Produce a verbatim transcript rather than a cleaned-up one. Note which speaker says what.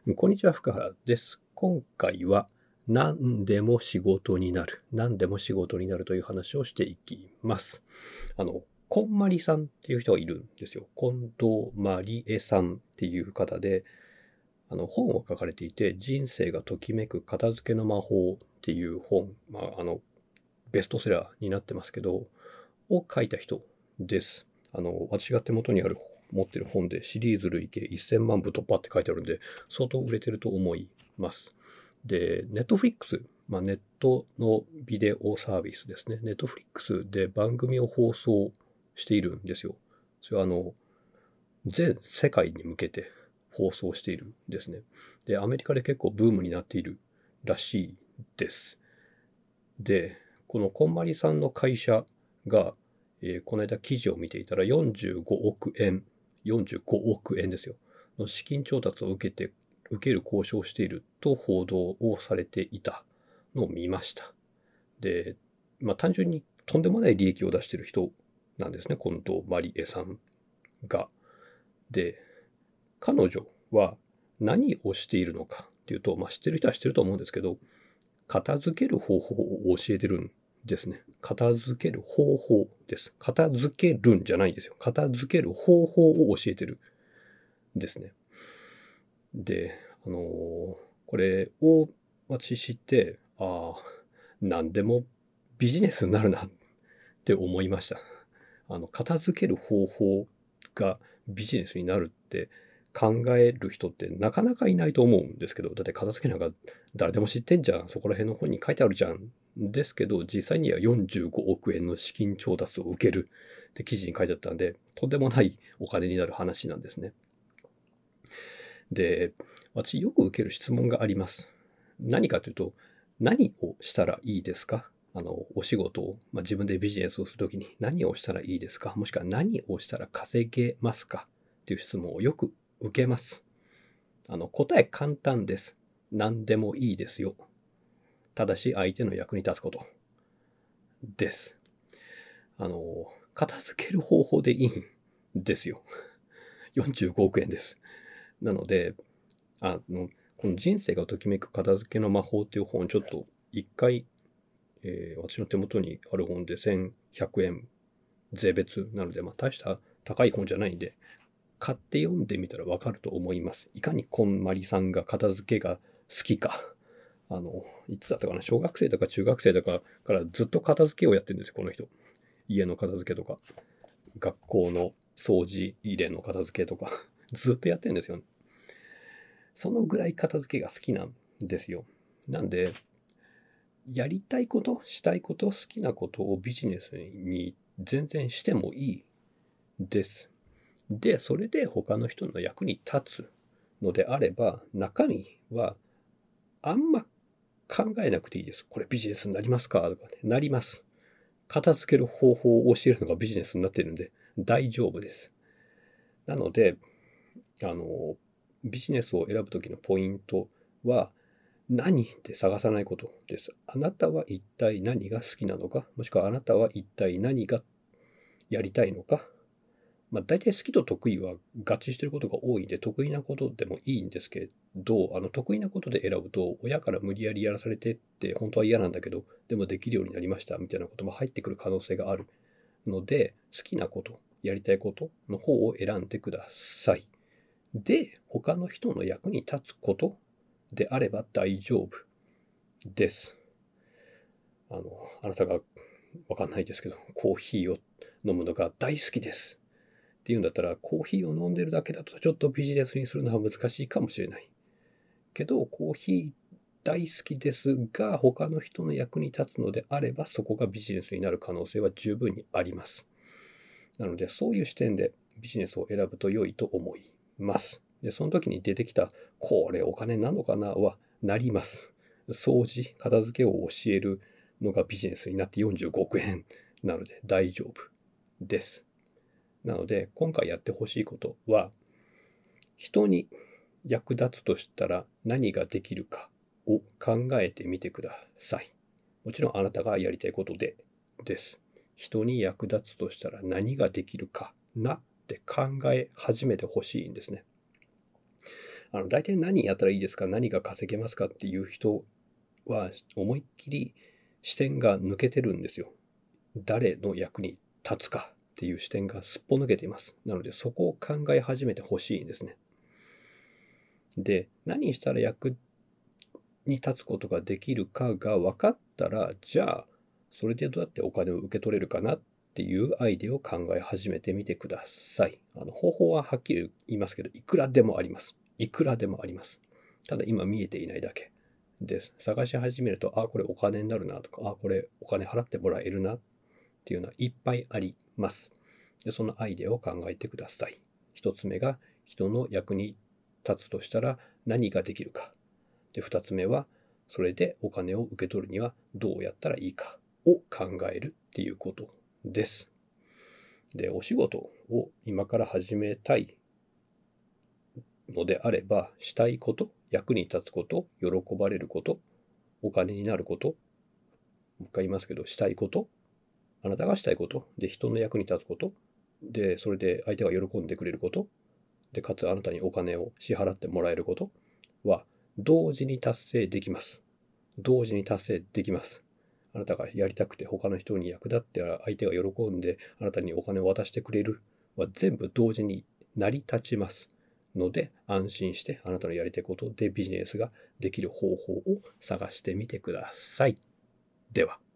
Speaker 1: こんにちは、福原です。今回は何でも仕事になる、何でも仕事になるという話をしていきます。あの、こんまりさんっていう人がいるんですよ。近藤まりえさんっていう方で、あの本を書かれていて、人生がときめく片付けの魔法っていう本、まあ、あの、ベストセラーになってますけど、を書いた人です。あの、私が手元にある持ってる本でシリーズ累計せんまん部突破って書いてあるんで、相当売れてると思います。で、ネットフリックス、まあ、ネットのビデオサービスですね。ネットフリックスで番組を放送しているんですよ。それはあの、全世界に向けて放送しているんですね。で、アメリカで結構ブームになっているらしいです。で、このこんまりさんの会社が、えーこの間記事を見ていたらよんじゅうごおくえん、よんじゅうごおくえんですよ、の資金調達を受けて、受ける交渉をしていると報道をされていたのを見ました。で、まあ単純にとんでもない利益を出している人なんですね、近藤まりえさんが。で、彼女は何をしているのかっていうと、まあ知ってる人は知ってると思うんですけど、片付ける方法を教えてるんですね。片付ける方法です。片付けるんじゃないんですよ。片付ける方法を教えてるんですね。で、あのーこれを私知って、ああ、何でもビジネスになるなって思いました。あの、片付ける方法がビジネスになるって考える人ってなかなかいないと思うんですけど、だって片付けなんか誰でも知ってんじゃん。そこら辺の本に書いてあるじゃん。ですけど、実際にはよんじゅうごおくえんの資金調達を受けるって記事に書いてあったんで、とんでもないお金になる話なんですね。で、私よく受ける質問があります。何かというと、何をしたらいいですか？あの、お仕事を、まあ、自分でビジネスをするときに何をしたらいいですか？もしくは何をしたら稼げますか？っていう質問をよく受けます。あの、答え簡単です。何でもいいですよ。ただし相手の役に立つことです。あの、片付ける方法でいいんですよ。よんじゅうごおくえんです。なので、あの、この人生がときめく片付けの魔法っていう本、ちょっと一回、えー私の手元にある本でせんひゃくえん税別なので、まあ大した高い本じゃないんで、買って読んでみたらわかると思います。いかにこんまりさんが片付けが好きか。あの、いつだったかな、小学生とか中学生とかからずっと片付けをやってるんですよ、この人。家の片付けとか、学校の掃除入れの片付けとか、ずっとやってるんですよ。そのぐらい片付けが好きなんですよ。なんで、やりたいこと、したいこと、好きなことをビジネスに全然してもいいです。で、それで他の人の役に立つのであれば、中身はあんま考えなくていいです。これビジネスになりますかとかね、なります。片付ける方法を教えるのがビジネスになっているんで大丈夫です。なので、あの、ビジネスを選ぶときのポイントは、何って探さないことです。あなたは一体何が好きなのか、もしくはあなたは一体何がやりたいのか。まあ、大体好きと得意は合致していることが多いんで、得意なことでもいいんですけど、あの得意なことで選ぶと、親から無理やりやらされてって、本当は嫌なんだけど、でもできるようになりましたみたいなことも入ってくる可能性があるので、好きなこと、やりたいことの方を選んでください。で、他の人の役に立つことであれば大丈夫です。あの、あなたがわかんないですけど、コーヒーを飲むのが大好きですっていうんだったら、コーヒーを飲んでるだけだとちょっとビジネスにするのは難しいかもしれない。けど、コーヒー大好きですが、他の人の役に立つのであれば、そこがビジネスになる可能性は十分にあります。なので、そういう視点でビジネスを選ぶと良いと思います。で、その時に出てきた、これお金なのかなはなります。掃除、片付けを教えるのがビジネスになってよんじゅうごおくえんなので大丈夫です。なので、今回やってほしいことは、人に役立つとしたら何ができるかを考えてみてください。もちろんあなたがやりたいことでです。人に役立つとしたら何ができるかなって考え始めてほしいんですね。 あの、大体何やったらいいですか、何が稼げますかっていう人は、思いっきり視点が抜けてるんですよ。誰の役に立つかっていう視点がすっぽ抜けています。なので、そこを考え始めてほしいんですね。で、何したら役に立つことができるかが分かったら、じゃあ、それでどうやってお金を受け取れるかなっていうアイデアを考え始めてみてください。あの方法ははっきり言いますけど、いくらでもあります。いくらでもあります。ただ今見えていないだけです。探し始めると、あ、これお金になるなとか、あ、これお金払ってもらえるなっていうのはいっぱいあります。で、そのアイデアを考えてください。一つ目が、人の役に立つとしたら何ができるか。で、二つ目は、それでお金を受け取るにはどうやったらいいかを考えるっていうことです。で、お仕事を今から始めたいのであれば、したいこと、役に立つこと、喜ばれること、お金になること、もう一回言いますけど、したいこと、あなたがしたいこと、で、人の役に立つこと、で、それで相手が喜んでくれること、で、かつあなたにお金を支払ってもらえることは、同時に達成できます。同時に達成できます。あなたがやりたくて他の人に役立って相手が喜んであなたにお金を渡してくれるは全部同時に成り立ちますので、安心してあなたのやりたいことでビジネスができる方法を探してみてください。では。